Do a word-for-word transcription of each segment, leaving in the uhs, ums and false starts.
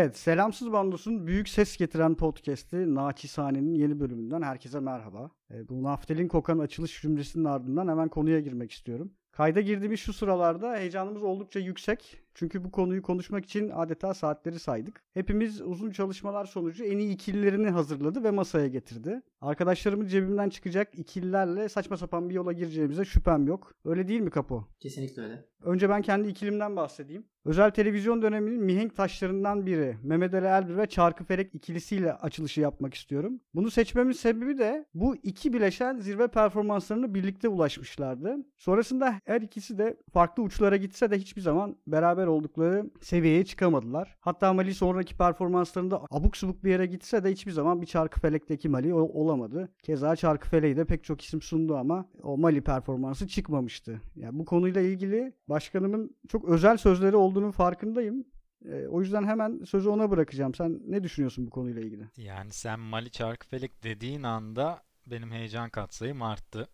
Evet, Selamsız Bandos'un büyük ses getiren podcast'i Naçizane'nin yeni bölümünden herkese merhaba. E, bu naftalin kokan açılış cümlesinin ardından hemen konuya girmek istiyorum. Kayda girdiğimiz şu sıralarda heyecanımız oldukça yüksek. Çünkü bu konuyu konuşmak için adeta saatleri saydık. Hepimiz uzun çalışmalar sonucu en iyi ikililerini hazırladı ve masaya getirdi. Arkadaşlarımın cebimden çıkacak ikililerle saçma sapan bir yola gireceğimize şüphem yok. Öyle değil mi Kapo? Kesinlikle öyle. Önce ben kendi ikilimden bahsedeyim. Özel televizyon döneminin mihenk taşlarından biri Mehmet Ali Erbil ve Çarkıfelek ikilisiyle açılışı yapmak istiyorum. Bunu seçmemin sebebi de bu iki bileşen zirve performanslarını birlikte ulaşmışlardı. Sonrasında her ikisi de farklı uçlara gitse de hiçbir zaman beraber oldukları seviyeye çıkamadılar. Hatta Mali sonraki performanslarında abuk subuk bir yere gitse de hiçbir zaman bir Çarkıfelek'teki Mali olamadı. Keza Çarkıfelek'e de pek çok isim sundu ama o Mali performansı çıkmamıştı. Yani bu konuyla ilgili başkanımın çok özel sözleri olduğunun farkındayım. E, o yüzden hemen sözü ona bırakacağım. Sen ne düşünüyorsun bu konuyla ilgili? Yani sen Mali Çarkıfelek dediğin anda benim heyecan katsayım arttı.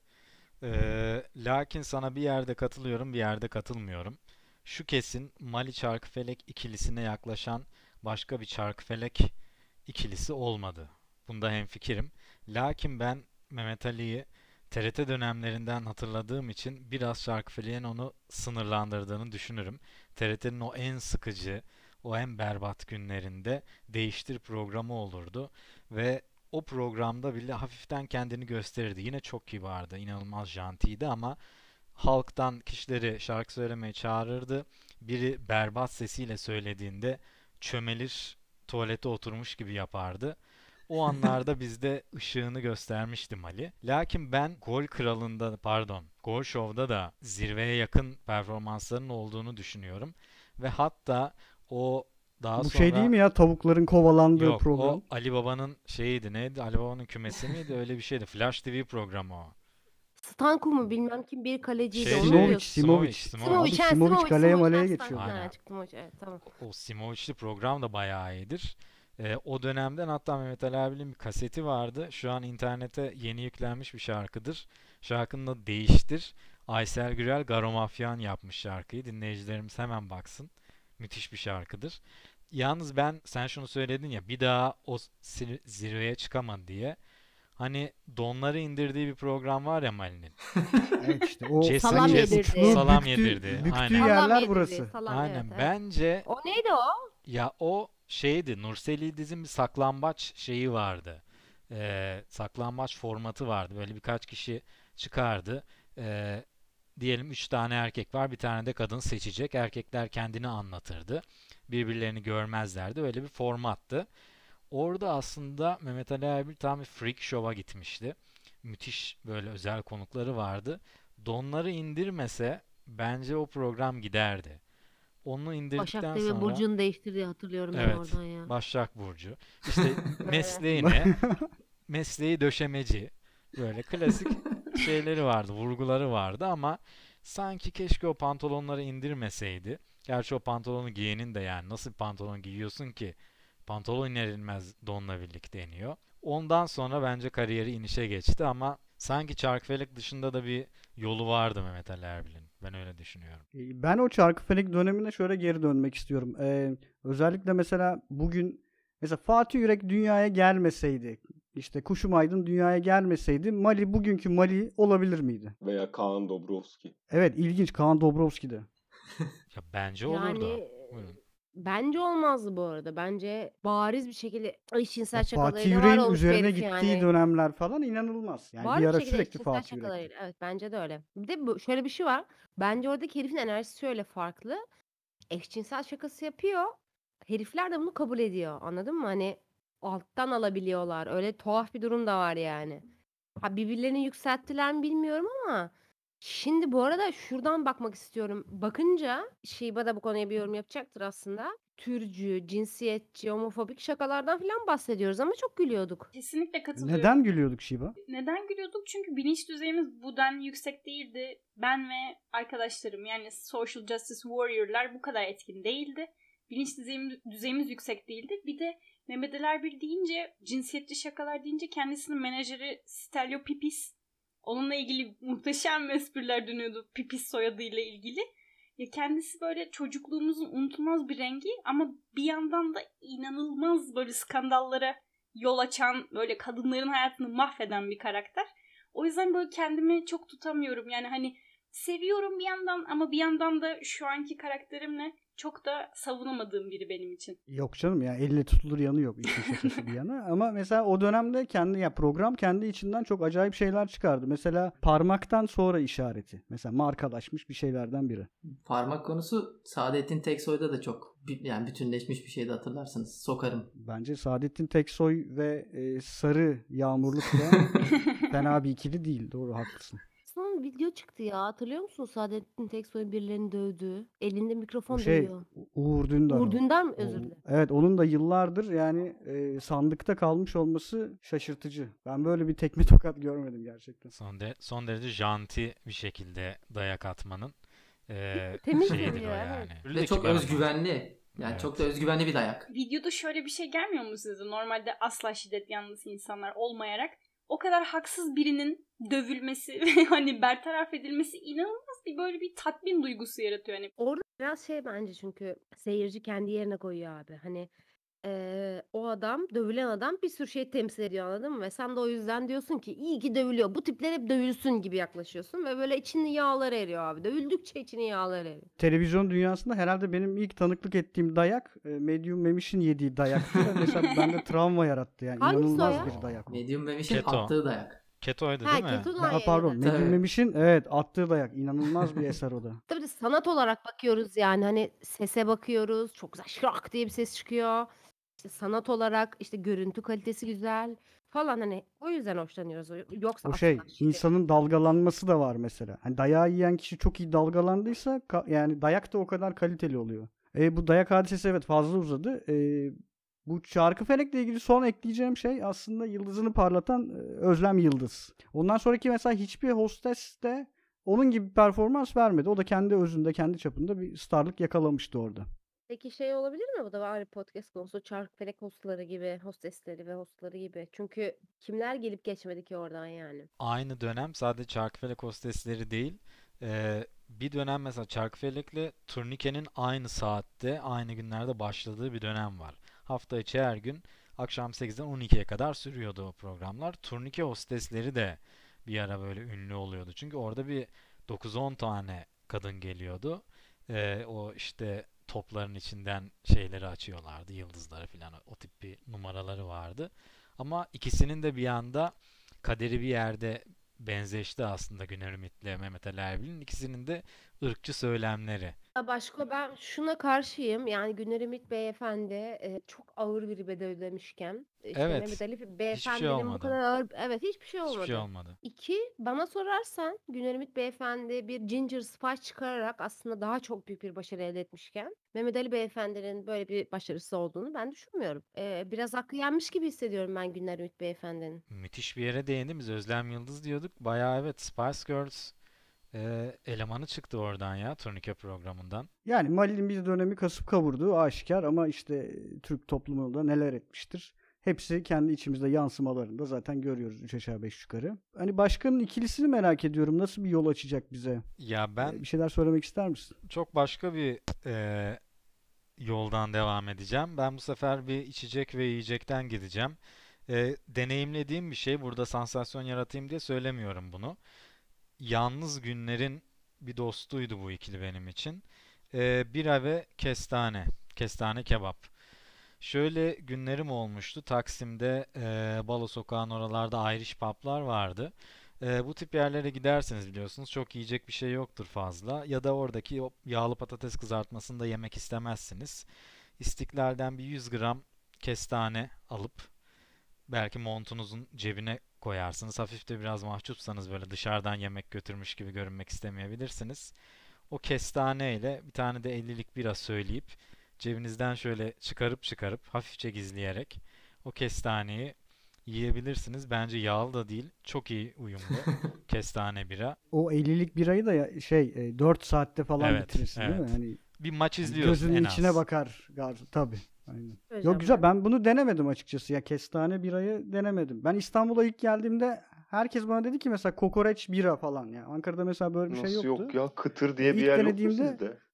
Ee, lakin sana bir yerde katılıyorum, bir yerde katılmıyorum. Şu kesin, Mali Çarkıfelek ikilisine yaklaşan başka bir Çarkıfelek ikilisi olmadı. Bunda hemfikirim. Lakin ben Mehmet Ali'yi T R T dönemlerinden hatırladığım için biraz Çarkıfelek'in onu sınırlandırdığını düşünürüm. T R T'nin o en sıkıcı, o en berbat günlerinde Değiştir programı olurdu ve o programda bile hafiften kendini gösterirdi. Yine çok kibardı, inanılmaz jantiydi ama halktan kişileri şarkı söylemeye çağırırdı. Biri berbat sesiyle söylediğinde çömelir, tuvalete oturmuş gibi yapardı. O anlarda bizde ışığını göstermişti Mali. Lakin ben Gol Kralı'nda, pardon, Gol Show'da da zirveye yakın performanslarının olduğunu düşünüyorum. Ve hatta o daha Bu sonra... şey değil mi ya, tavukların kovalandığı Yok, program? o Ali Baba'nın şeyiydi, neydi? Ali Baba'nın kümesi miydi? Öyle bir şeydi. Flash T V programı o. Stanku mu bilmem kim bir kaleciydi, Şey, onu şey, biliyorsun. Simovic, Simovic, Simovic, Abi ha, Simovic Simovic, kaleye Simovic, maleye ha, geçiyor. Stanku, Aynen. ha, Simovic, evet, tamam. O Simovic'li program da bayağı iyidir. Ee, o dönemden hatta Mehmet Ali Erbil'in bir kaseti vardı. Şu an internete yeni yüklenmiş bir şarkıdır. Şarkının adı Değiştir. Aysel Gürel Garomafyan yapmış şarkıyı. Dinleyicilerimiz hemen baksın. Müthiş bir şarkıdır. Yalnız ben, sen şunu söyledin ya, bir daha o zir- zirveye çıkamadı diye. Hani donları indirdiği bir program var ya Mali'nin. Evet işte o Jason Salam Jason yedirdi. uçlu, salam büktü- yedirdi. büktüğü Aynen. Salam yerler yedirdi, burası. salam, Aynen. evet, evet. Bence O neydi o? ya o şeydi, Nursel İdiz'in bir saklambaç şeyi vardı. Ee, saklambaç formatı vardı. Böyle birkaç kişi çıkardı. Ee, diyelim üç tane erkek var, bir tane de kadın seçecek. Erkekler kendini anlatırdı. Birbirlerini görmezlerdi. Öyle bir formattı. Orada aslında Mehmet Ali Erbil tam bir freak show'a gitmişti. Müthiş böyle özel konukları vardı. Donları indirmese bence o program giderdi. Onu indirdikten Başak Devi sonra... Burcu'nu değiştirdiği hatırlıyorum ben Evet, oradan ya. Başak Burcu. İşte mesleği ne? Mesleği döşemeci. Böyle klasik şeyleri vardı, vurguları vardı ama sanki keşke o pantolonları indirmeseydi. Gerçi o pantolonu giyenin de, yani nasıl bir pantolon giyiyorsun ki pantolon inerilmez donla birlikte iniyor. Ondan sonra bence kariyeri inişe geçti ama sanki Çarkıfelek dışında da bir yolu vardı Mehmet Ali Erbil'in. Ben öyle düşünüyorum. E, Ben o Çarkıfelek dönemine şöyle geri dönmek istiyorum. Ee, özellikle mesela bugün mesela Fatih Yürek dünyaya gelmeseydi, işte Kuşum Aydın dünyaya gelmeseydi Mali bugünkü Mali olabilir miydi? Veya Kaan Dobrovski. Evet, ilginç, Kaan Dobrovski'de. Ya bence olurdu. Yani Buyurun. bence olmazdı bu arada. Bence bariz bir şekilde eşcinsel Ya Fatih şakalarıyla var Yürek'in olmuş bir üzerine herif gittiği yani. dönemler falan inanılmaz. Yani Var bir bir ara şekilde sürekli eşcinsel Fatih Yürek. şakalarıyla. Evet, bence de öyle. Bir de bu, şöyle bir şey var. Bence oradaki herifin enerjisi şöyle farklı. Eşcinsel şakası yapıyor. Herifler de bunu kabul ediyor. Anladın mı? Hani alttan alabiliyorlar. Öyle tuhaf bir durum da var yani. Ha, birbirlerini yükselttiler mi bilmiyorum ama şimdi bu arada şuradan bakmak istiyorum. Bakınca Şiba da bu konuya bir yorum yapacaktır aslında. Türcü, cinsiyetçi, homofobik şakalardan falan bahsediyoruz ama çok gülüyorduk. Kesinlikle katılıyorum. Neden gülüyorduk Şiba? Neden gülüyorduk? Çünkü bilinç düzeyimiz bu denli yüksek değildi. Ben ve arkadaşlarım, yani social justice warrior'lar bu kadar etkin değildi. Bilinç düzeyimiz, düzeyimiz yüksek değildi. Bir de Mehmet Ali Erbil deyince, cinsiyetçi şakalar deyince kendisinin menajeri Stelio Pipis. Onunla ilgili muhteşem espriler dönüyordu Pipis soyadıyla ilgili. Ya kendisi böyle çocukluğumuzun unutulmaz bir rengi ama bir yandan da inanılmaz böyle skandallara yol açan, böyle kadınların hayatını mahveden bir karakter. O yüzden böyle kendimi çok tutamıyorum. Yani hani seviyorum bir yandan ama bir yandan da şu anki karakterimle çok da savunamadığım biri benim için. Yok canım ya, elle tutulur yanı yok işin şakası bir yana. Ama mesela o dönemde kendi ya program kendi içinden çok acayip şeyler çıkardı. Mesela parmaktan sonra işareti. Mesela markalaşmış bir şeylerden biri. Parmak konusu Saadettin Teksoy'da da çok yani bütünleşmiş bir şeydi, hatırlarsınız. Sokarım. Bence Saadettin Teksoy ve e, Sarı Yağmurluk da fena bir ikili değil. Doğru, haklısın. Son video çıktı ya. Hatırlıyor musun Saadettin Teksoy'un birilerini dövdüğü? Elinde mikrofon O şey dövüyor. Uğur Dündar. Uğur o. Dündar mı? O- Özür dilerim. Evet, onun da yıllardır yani e, sandıkta kalmış olması şaşırtıcı. Ben böyle bir tekme tokat görmedim gerçekten. Son, de, son derece janti bir şekilde dayak atmanın eee Temiz şeyidir duruyor, o evet. yani. Ve Öyle çok çıkaramaz. özgüvenli. Yani Evet. çok da özgüvenli bir dayak. Videoda şöyle bir şey gelmiyor mu size? Normalde asla şiddet yanlısı insanlar olmayarak o kadar haksız birinin dövülmesi ve hani bertaraf edilmesi inanılmaz bir böyle bir tatmin duygusu yaratıyor. Hani Orada biraz şey bence, çünkü seyirci kendi yerine koyuyor abi. Hani eee, o adam, dövülen adam bir sürü şey temsil ediyor, anladın mı? Ve sen de o yüzden diyorsun ki iyi ki dövülüyor. Bu tipler hep dövülsün gibi yaklaşıyorsun ve böyle içinin yağları eriyor abi. Dövüldükçe içinin yağları eriyor. Televizyon dünyasında herhalde benim ilk tanıklık ettiğim dayak e, Medium Memiş'in yediği dayaktı. Ve mesela bende travma yarattı yani. Hangisi o İnanılmaz ya? bir dayak o. Medium Memiş'in Keto. attığı dayak. Keto'ydu Ha, değil mi? Keto Ha, da pardon, yedi. Medium Tabii. Memiş'in evet attığı dayak. İnanılmaz bir eser o da. Tabii de sanat olarak bakıyoruz yani, hani sese bakıyoruz, çok güzel şak diye bir ses çıkıyor. İşte sanat olarak işte görüntü kalitesi güzel falan, hani o yüzden hoşlanıyoruz. Yoksa O şey asla şiddet. insanın dalgalanması da var mesela. Hani dayağı yiyen kişi çok iyi dalgalandıysa ka- yani dayak da o kadar kaliteli oluyor. E, bu dayak hadisesi evet fazla uzadı. E, bu Çarkıfelek'le ilgili son ekleyeceğim şey aslında yıldızını parlatan e, Özlem Yıldız. Ondan sonraki mesela hiçbir hostes de onun gibi bir performans vermedi. O da kendi özünde, kendi çapında bir starlık yakalamıştı orada. Peki şey olabilir mi, bu da var podcast konusu, Çarkıfelek hostları gibi, hostesleri ve hostları gibi. Çünkü kimler gelip geçmedi ki oradan yani. Aynı dönem sadece Çarkıfelek hostesleri değil, eee, bir dönem mesela Çarkıfelek'le Turnike'nin aynı saatte, aynı günlerde başladığı bir dönem var. Hafta içi her gün akşam sekizden on ikiye kadar sürüyordu o programlar. Turnike hostesleri de bir ara böyle ünlü oluyordu. Çünkü orada bir dokuz on tane kadın geliyordu. Eee, o işte topların içinden şeyleri açıyorlardı, yıldızları falan, o tip bir numaraları vardı. Ama ikisinin de bir anda kaderi bir yerde benzeşti aslında, Güner Ümit'le Mehmet Ali Erbil'in. İkisinin de ırkçı söylemleri. Ya Başka ben şuna karşıyım. Yani Güner Ümit Beyefendi e, çok ağır bir bedel ödemişken işte Evet, Mehmet Ali hiçbir şey Beyefendi'nin bu olmadı. kadar ağır, evet, hiçbir şey Hiçbir şey olmadı. olmadı. İki, bana sorarsan Güner Ümit Beyefendi bir Ginger Spice çıkararak aslında daha çok büyük bir başarı elde etmişken Mehmet Ali Beyefendi'nin böyle bir başarısı olduğunu ben düşünmüyorum. Ee, biraz hakkı yenmiş gibi hissediyorum ben Güner Ümit Beyefendi'nin. Müthiş bir yere değindi. Biz Özlem Yıldız diyorduk. Bayağı evet, Spice Girls e, elemanı çıktı oradan ya, Turnike programından. Yani Mali'nin bir dönemi kasıp kavurduğu aşikar ama işte e, Türk toplumunda neler etmiştir. Hepsi kendi içimizde yansımalarında zaten görüyoruz üç aşağı beş yukarı. Hani başkanın ikilisini merak ediyorum. Nasıl bir yol açacak bize? Ya E, ben bir şeyler söylemek ister misin? çok başka bir e, yoldan devam edeceğim. Ben bu sefer bir içecek ve yiyecekten gideceğim. E, deneyimlediğim bir şey. Burada sansasyon yaratayım diye söylemiyorum bunu. Yalnız Günler'in bir dostuydu bu ikili benim için. E, bira ve kestane. Kestane kebap. Şöyle günlerim olmuştu. Taksim'de e, Balo Sokağı'nın oralarda Irish pub'lar vardı. E, bu tip yerlere gidersiniz, biliyorsunuz. Çok yiyecek bir şey yoktur fazla. Ya da oradaki o yağlı patates kızartmasını da yemek istemezsiniz. İstiklal'den bir yüz gram kestane alıp belki montunuzun cebine koyarsınız. Hafif de biraz mahcupsanız böyle dışarıdan yemek götürmüş gibi görünmek istemeyebilirsiniz. O kestane ile bir tane de ellilik bira söyleyip cebinizden şöyle çıkarıp çıkarıp hafifçe gizleyerek o kestaneyi yiyebilirsiniz. Bence yağlı da değil, çok iyi uyumlu kestane bira. O ellilik birayı da ya- şey e, dört saatte falan Evet, bitirirsin değil mi? evet. Hani Bir maç hani izliyorsun gözünün en içine az. bakar. Gar- Tabii. Aynen. Söyleyeceğim Yok güzel. ben. Ben bunu denemedim açıkçası ya. Kestane birayı denemedim. Ben İstanbul'a ilk geldiğimde herkes bana dedi ki mesela kokoreç bira falan ya. Ankara'da mesela böyle bir şey Nasıl yoktu. yok ya? Kıtır diye bir İlk yer yok mu denediğimde sizde?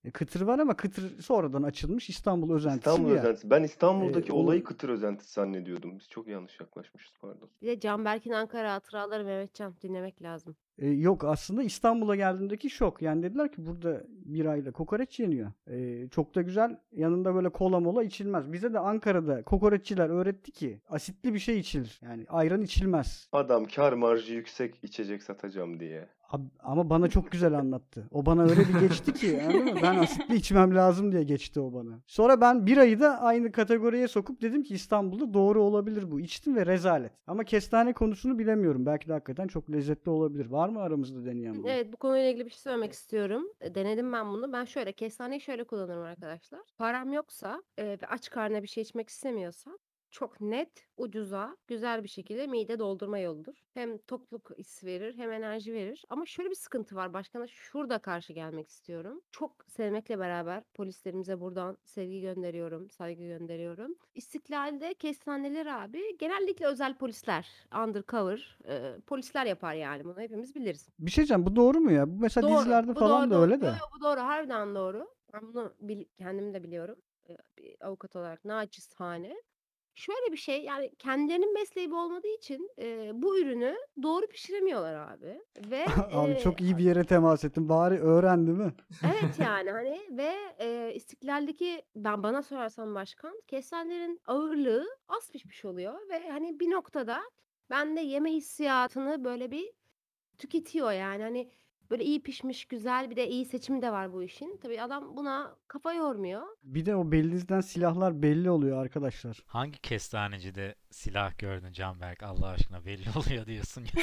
E, kıtır var ama kıtır sonradan açılmış İstanbul özentisi İstanbul bir yer. özentisi. Ben İstanbul'daki E, onu- olayı kıtır özentisi zannediyordum. Biz çok yanlış yaklaşmışız, pardon. Bir de Canberk'in Ankara hatıraları Mehmetcan dinlemek lazım. E, yok aslında İstanbul'a geldiğimdeki şok. Yani dediler ki burada bir ayda kokoreç yeniyor. E, çok da güzel. Yanında böyle kola mola içilmez. Bize de Ankara'da kokoreççiler öğretti ki asitli bir şey içilir. Yani ayran içilmez. Adam kar marjı yüksek içecek satacağım diye. Ab- Ama bana çok güzel anlattı. O bana öyle bir geçti ki anladın mı? Ben asitli içmem lazım diye geçti o bana. Sonra ben birayı da aynı kategoriye sokup dedim ki İstanbul'da doğru olabilir bu. İçtim ve rezalet. Ama kestane konusunu bilemiyorum. Belki de hakikaten çok lezzetli olabilir. Var mı aramızda deneyen bunu? Evet, bu konuyla ilgili bir şey söylemek istiyorum. E, Denedim ben bunu. Ben şöyle kestaneyi şöyle kullanırım arkadaşlar. Param yoksa e, ve aç karnına bir şey içmek istemiyorsam çok net, ucuza, güzel bir şekilde mide doldurma yoludur. Hem tokluk hissi verir hem enerji verir. Ama şöyle bir sıkıntı var. Başkana şurada karşı gelmek istiyorum. Çok sevmekle beraber polislerimize buradan sevgi gönderiyorum, saygı gönderiyorum. İstiklal'de kestaneler abi genellikle özel polisler, undercover e, polisler yapar yani bunu hepimiz biliriz. Bir şey diyeceğim. Bu doğru mu ya? Bu mesela Doğru. dizilerde Bu falan doğru, da doğru. öyle Yo, de. yo, bu doğru. Harbiden doğru. Ben bunu bil- kendim de biliyorum. Ee, Bir avukat olarak naçizane. Şöyle bir şey yani kendilerinin mesleği bu olmadığı için e, bu ürünü doğru pişiremiyorlar abi. Ve Abi e, çok iyi bir yere temas ettin. Bari öğren değil mi? evet yani hani ve e, İstiklal'deki ben bana sorarsan başkan kestanelerin ağırlığı az pişmiş oluyor ve hani bir noktada bende yeme hissiyatını böyle bir tüketiyor yani hani böyle iyi pişmiş güzel bir de iyi seçimi de var bu işin. Tabii adam buna kafa yormuyor. Bir de o belinizden silahlar belli oluyor arkadaşlar. Hangi kestanecide silah gördün Canberk? Allah aşkına belli oluyor diyorsun ya.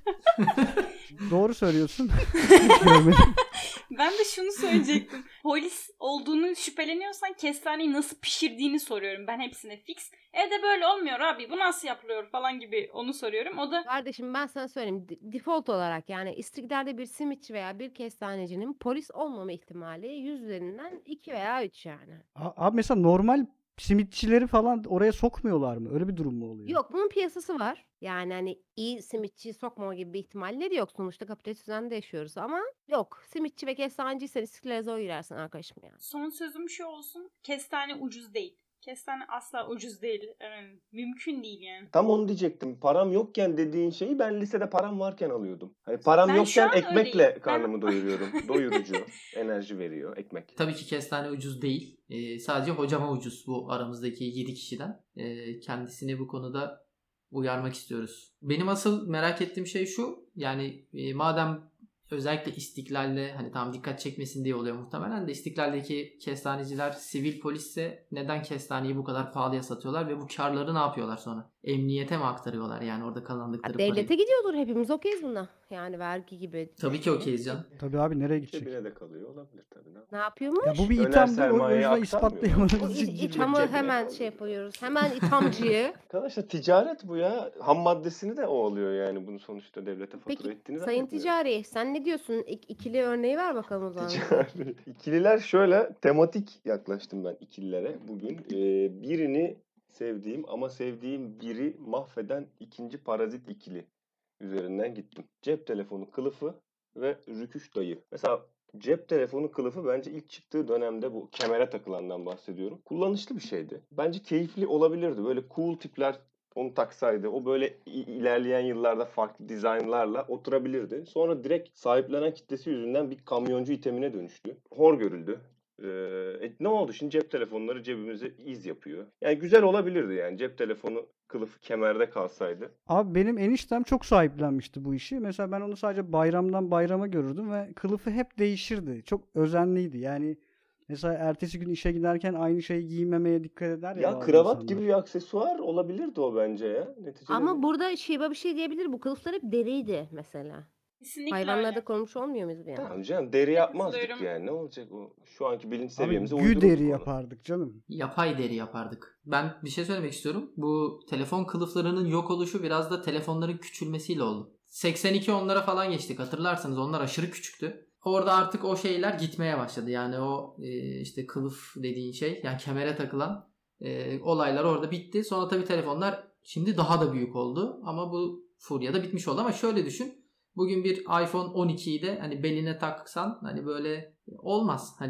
Doğru söylüyorsun. Hiç görmedim. Ben de şunu söyleyecektim. Polis olduğunu şüpheleniyorsan kestaneyi nasıl pişirdiğini soruyorum. Ben hepsine fix. Evde böyle olmuyor abi. Bu nasıl yapılıyor falan gibi onu soruyorum. O da Kardeşim ben sana söyleyeyim d- default olarak yani İstiklal'de bir simitçi veya bir kestanecinin polis olmama ihtimali yüz üzerinden iki veya üç yani. A- Abi mesela normal simitçileri falan oraya sokmuyorlar mı? Öyle bir durum mu oluyor? Yok bunun piyasası var. Yani hani iyi simitçi sokmama gibi bir ihtimalleri yok. Sonuçta kapitalist düzende yaşıyoruz ama yok. Simitçi ve kestaneciysen İstiklal'e zor girersin arkadaşım yani. son sözüm şu olsun. Kestane ucuz değil. Kestane asla ucuz değil. Yani mümkün değil yani. Tam onu diyecektim. Param yokken dediğin şeyi ben lisede param varken alıyordum. Hani param Ben şu yokken an ekmekle öyleyim. karnımı doyuruyorum. Doyurucu, enerji veriyor ekmek. Tabii ki kestane ucuz değil. Ee, sadece hocama ucuz bu aramızdaki yedi kişiden. Ee, kendisini bu konuda uyarmak istiyoruz. Benim asıl merak ettiğim şey şu. Yani e, madem özellikle İstiklal'de hani tam dikkat çekmesin diye oluyor muhtemelen de İstiklal'deki kestaneciler sivil polisse neden kestaneyi bu kadar pahalıya satıyorlar ve bu karları ne yapıyorlar sonra? Emniyete mi aktarıyorlar yani orada Ya kazandıkları devlete parayı? gidiyordur hepimiz okeyiz buna. Yani vergi gibi. Tabii ki okeyiz canım. Tabii abi nereye gidecek? Cebine de kalıyor olabilir tabii. Ne Ne yapıyormuş? Ya bu bir Döner ithamdır. O sermayeye yüzden aktarmıyor. O ispatlayamadığımız iç, için iç girmiyorum. hamı Cebine hemen kalıyor. şey yapıyoruz. Hemen ithamcıyı. Arkadaşlar ticaret bu ya. Ham maddesini de o oluyor yani. Bunu sonuçta devlete fatura Peki ettiğini sayın zannetmiyorum. ticari sen ne diyorsun? İk- ikili örneği ver bakalım o zaman. bize. Ticari. İkililer şöyle tematik yaklaştım ben ikililere bugün. Ee, birini sevdiğim ama sevdiğim biri mahveden ikinci parazit ikili üzerinden gittim. Cep telefonu kılıfı ve rüküş dayı. Mesela cep telefonu kılıfı bence ilk çıktığı dönemde bu kemere takılandan bahsediyorum. Kullanışlı bir şeydi. Bence keyifli olabilirdi. Böyle cool tipler onu taksaydı o böyle i- ilerleyen yıllarda farklı dizaynlarla oturabilirdi. Sonra direkt sahiplenen kitlesi yüzünden bir kamyoncu itemine dönüştü. Hor görüldü. Ee, e, ne oldu şimdi cep telefonları cebimize iz yapıyor. Yani güzel olabilirdi yani cep telefonu kılıfı kemerde kalsaydı. Abi benim eniştem çok sahiplenmişti bu işi. Mesela ben onu sadece bayramdan bayrama görürdüm ve kılıfı hep değişirdi. Çok özenliydi. Yani mesela ertesi gün işe giderken aynı şeyi giymemeye dikkat eder ya Ya bazı kravat insanlar. gibi bir aksesuar olabilirdi o bence ya. Neticede Ama burada Şiba bir şey diyebilir. Bu kılıflar hep deriydi mesela. Kesinlikle Hayvanlarda öyle. korumuş olmuyor muyuz bir yandan? tamam canım deri yapmazdık Katılıyorum. yani. Ne olacak o? Şu anki bilinç Abi seviyemize gü uydururduk deri onu. yapardık canım. Yapay deri yapardık. Ben bir şey söylemek istiyorum. Bu telefon kılıflarının yok oluşu biraz da telefonların küçülmesiyle oldu. seksen iki onlara falan geçtik hatırlarsanız onlar aşırı küçüktü. Orada artık o şeyler gitmeye başladı. Yani o e, işte kılıf dediğin şey yani kemere takılan e, olaylar orada bitti. Sonra tabii telefonlar şimdi daha da büyük oldu. Ama bu furya da bitmiş oldu. Ama şöyle düşün. Bugün bir iPhone on ikiyi de hani beline taksan hani böyle olmaz. Hani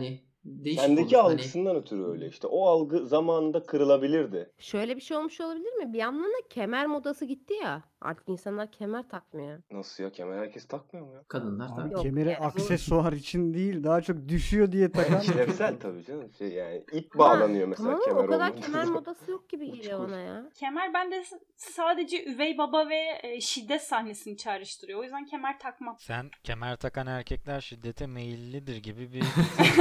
değişik Sendeki olur. Hani algısından ötürü öyle işte. O algı zamanında kırılabilirdi. Şöyle bir şey olmuş olabilir mi? Bir yandan da kemer modası gitti ya. Artık insanlar kemer takmıyor. Nasıl ya? Kemer herkes takmıyor mu ya? kadınlar Abi tabii. Yok kemere yani bu aksesuar için değil, daha çok düşüyor diye Yani takan. işlevsel tabii canım. Şey yani ip ama bağlanıyor mesela tamam ama o kemer kadar olmadığı kemer zaman. modası yok gibi Uç geliyor kuş. bana ya. Kemer bende s- sadece üvey baba ve e, şiddet sahnesini çağrıştırıyor. O yüzden kemer takmam. Sen kemer takan erkekler şiddete meyillidir gibi bir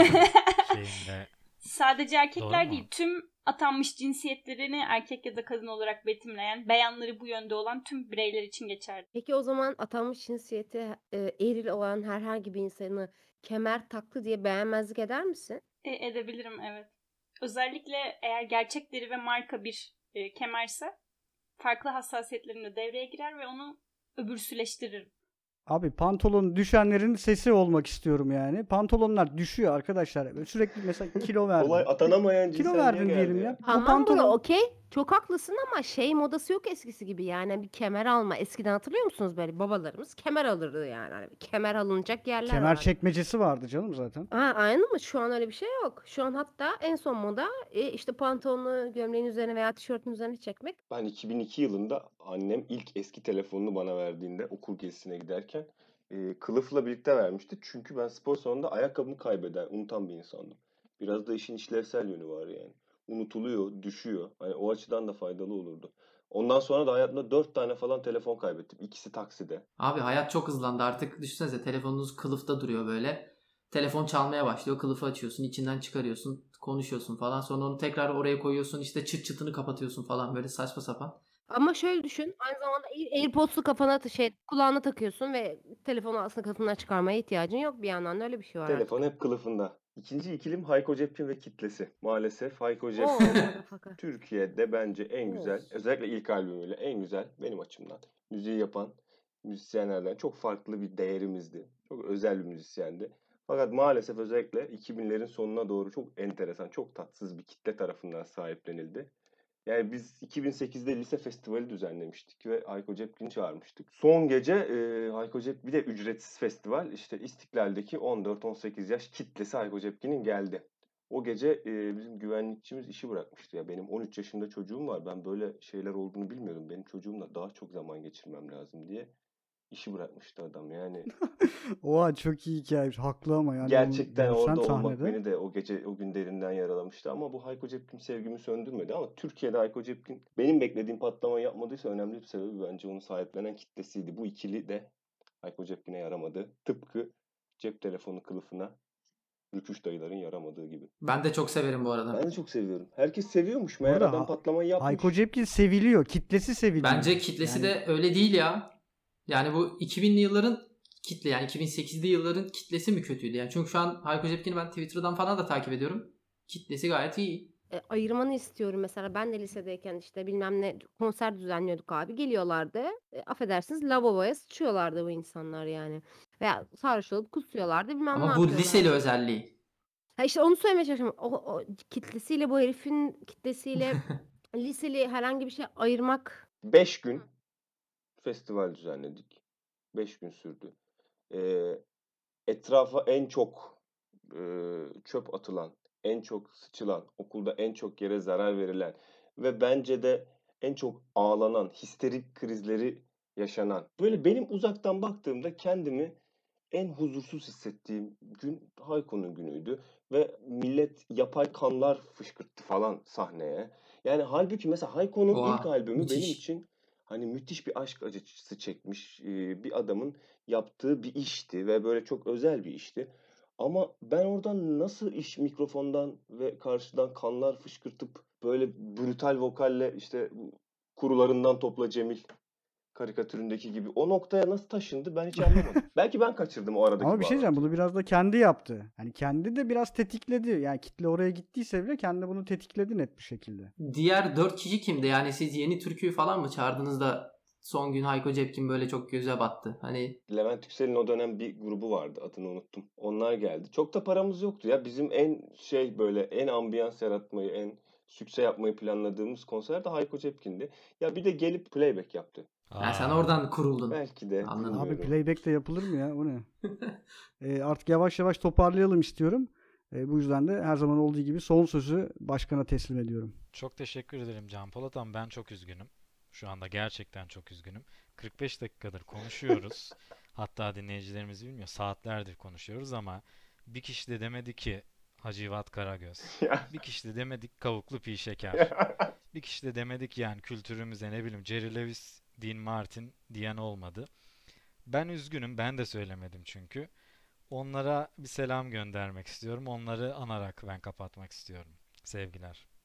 şeyinde. Sadece Doğru erkekler mu? değil, tüm atanmış cinsiyetlerini erkek ya da kadın olarak betimleyen, beyanları bu yönde olan tüm bireyler için geçerli. Peki o zaman atanmış cinsiyeti e, eril olan herhangi bir insanı kemer taktı diye beğenmezlik eder misin? E, edebilirim, evet. Özellikle eğer gerçek deri ve marka bir e, kemerse farklı hassasiyetlerim de devreye girer ve onu öbürsüleştiririm. Abi pantolon düşenlerin sesi olmak istiyorum yani. Pantolonlar düşüyor arkadaşlar. Böyle sürekli mesela kilo Olay verdin. atanamayan Kilo cinselliğe verdin geldi diyelim ya. ya. O Tamam bro, pantolon okey. Çok haklısın ama şey modası yok eskisi gibi yani bir kemer alma. Eskiden hatırlıyor musunuz böyle babalarımız kemer alırdı yani. Hani bir kemer alınacak yerler kemer vardı. çekmecesi vardı canım zaten. Ha, aynı mı? Şu an öyle bir şey yok. Şu an hatta en son moda e, işte pantolonu gömleğin üzerine veya tişörtün üzerine çekmek. Ben iki bin iki yılında annem ilk eski telefonunu bana verdiğinde okul gezisine giderken e, kılıfla birlikte vermişti. Çünkü ben spor salonunda ayakkabımı kaybeden, unutan bir insandım. Biraz da işin işlevsel yönü var yani. Unutuluyor, düşüyor. Hani o açıdan da faydalı olurdu. Ondan sonra da hayatımda dört tane falan telefon kaybettim. İkisi takside. Abi hayat çok hızlandı artık. Düşünsenize telefonunuz kılıfta duruyor böyle. Telefon çalmaya başlıyor. Kılıfı açıyorsun, içinden çıkarıyorsun, konuşuyorsun falan. Sonra onu tekrar oraya koyuyorsun. İşte çıt çıtını kapatıyorsun falan böyle saçma sapan. Ama şöyle düşün. Aynı zamanda Air- AirPods'u kafana ta- şey kulağına takıyorsun ve telefonu aslında kafandan çıkarmaya ihtiyacın yok, bir yandan da öyle bir şey var Telefon artık. hep kılıfında. İkinci ikilim Hayko Cepkin ve kitlesi. Maalesef Hayko Oo Cepkin motherfucker. Türkiye'de bence en güzel, Oo. özellikle ilk albümüyle en güzel benim açımdan müziği yapan müzisyenlerden çok farklı bir değerimizdi. Çok özel bir müzisyendi. Fakat maalesef özellikle iki binlerin sonuna doğru çok enteresan, çok tatsız bir kitle tarafından sahiplenildi. Yani biz iki bin sekizde lise festivali düzenlemiştik ve Hayko Cepkin'i çağırmıştık. Son gece e, Hayko Cep bir de ücretsiz festival. İşte İstiklal'deki on dört on sekiz yaş kitlesi Hayko Cepkin'in geldi. O gece e, bizim güvenlikçimiz işi bırakmıştı ya. Benim on üç yaşında çocuğum var. Ben böyle şeyler olduğunu bilmiyordum. Benim çocuğumla daha çok zaman geçirmem lazım diye işi bırakmıştı adam. Yani Oha çok iyi hikaye. Haklı ama yani onu gerçekten görsen orada olmak sahnede. beni de o gece o gün derinden yaralamıştı. Ama bu Hayko Cepkin sevgimi söndürmedi. Ama Türkiye'de Hayko Cepkin benim beklediğim patlamayı yapmadıysa önemli bir sebebi bence onu sahiplenen kitlesiydi. Bu ikili de Hayko Cepkin'e yaramadı. Tıpkı cep telefonu kılıfına Rüküş dayıların yaramadığı gibi. Ben de çok severim bu arada. Ben de çok seviyorum. Herkes seviyormuş. Bu Meğer arada adam Ha- patlamayı yapmış. Hayko Cepkin seviliyor. Kitlesi seviliyor. Bence kitlesi Yani de öyle değil ya. Yani bu iki binli yılların kitle yani iki bin sekizli yılların kitlesi mi kötüydü? Yani çünkü şu an Hayko Cepkin'i ben Twitter'dan falan da takip ediyorum. Kitlesi gayet iyi. E, ayırmanı istiyorum mesela. Ben de lisedeyken işte bilmem ne konser düzenliyorduk abi. Geliyorlardı. E, affedersiniz lavaboya sıçıyorlardı bu insanlar yani. Veya sarhoş olup kusuyorlardı bilmem ne Ama bu liseli yapıyorlardı. özelliği. Ha işte onu söylemeye çalışıyorum. O, o kitlesiyle bu herifin kitlesiyle liseli herhangi bir şey ayırmak. Beş gün festival düzenledik. Beş gün sürdü. Ee, etrafa en çok e, çöp atılan, en çok sıçılan, okulda en çok yere zarar verilen ve bence de en çok ağlanan, histerik krizleri yaşanan. Böyle benim uzaktan baktığımda kendimi en huzursuz hissettiğim gün Hayko'nun günüydü. Ve millet yapay kanlar fışkırttı falan sahneye. Yani halbuki mesela Hayko'nun ilk Oha albümü benim müthiş. için hani müthiş bir aşk acısı çekmiş e, bir adamın yaptığı bir işti ve böyle çok özel bir işti. Ama ben oradan nasıl iş mikrofondan ve karşıdan kanlar fışkırtıp böyle brutal vokalle işte kurularından topla Cemil karikatüründeki gibi o noktaya nasıl taşındı ben hiç anlamadım. Belki ben kaçırdım o aradaki ama bir şey diyeceğim, bağlantıyı. bunu biraz da kendi yaptı. Yani kendi de biraz tetikledi. Yani kitle oraya gittiyse bile kendi bunu tetikledi net bir şekilde. Diğer dört kişi kimdi? Yani siz Yeni Türkü'yü falan mı çağırdınız da son gün Hayko Cepkin böyle çok göze battı? Hani Levent Yüksel'in o dönem bir grubu vardı adını unuttum. Onlar geldi. Çok da paramız yoktu ya. Bizim en şey böyle en ambiyans yaratmayı, en sükse yapmayı planladığımız konser de Hayko Cepkin'di. Ya bir de gelip playback yaptı. yani sen Aa, oradan kuruldun. Belki de Anladım. Abi bilmiyorum. playback de yapılır mı ya? O ne? Ee, artık yavaş yavaş toparlayalım istiyorum. E, bu yüzden de her zaman olduğu gibi son sözü başkana teslim ediyorum. Çok teşekkür ederim Can Polat ama ben çok üzgünüm. Şu anda gerçekten çok üzgünüm. kırk beş dakikadır konuşuyoruz. Hatta dinleyicilerimiz bilmiyor. Saatlerdir konuşuyoruz ama bir kişi de demedi ki Hacivat Karagöz. Ya. Bir kişi de demedik kavuklu pi şeker. Bir kişi de demedik yani kültürümüze ne bileyim Jerry Lewis, Dean Martin diyen olmadı. Ben üzgünüm. Ben de söylemedim çünkü. Onlara bir selam göndermek istiyorum. Onları anarak ben kapatmak istiyorum. Sevgiler.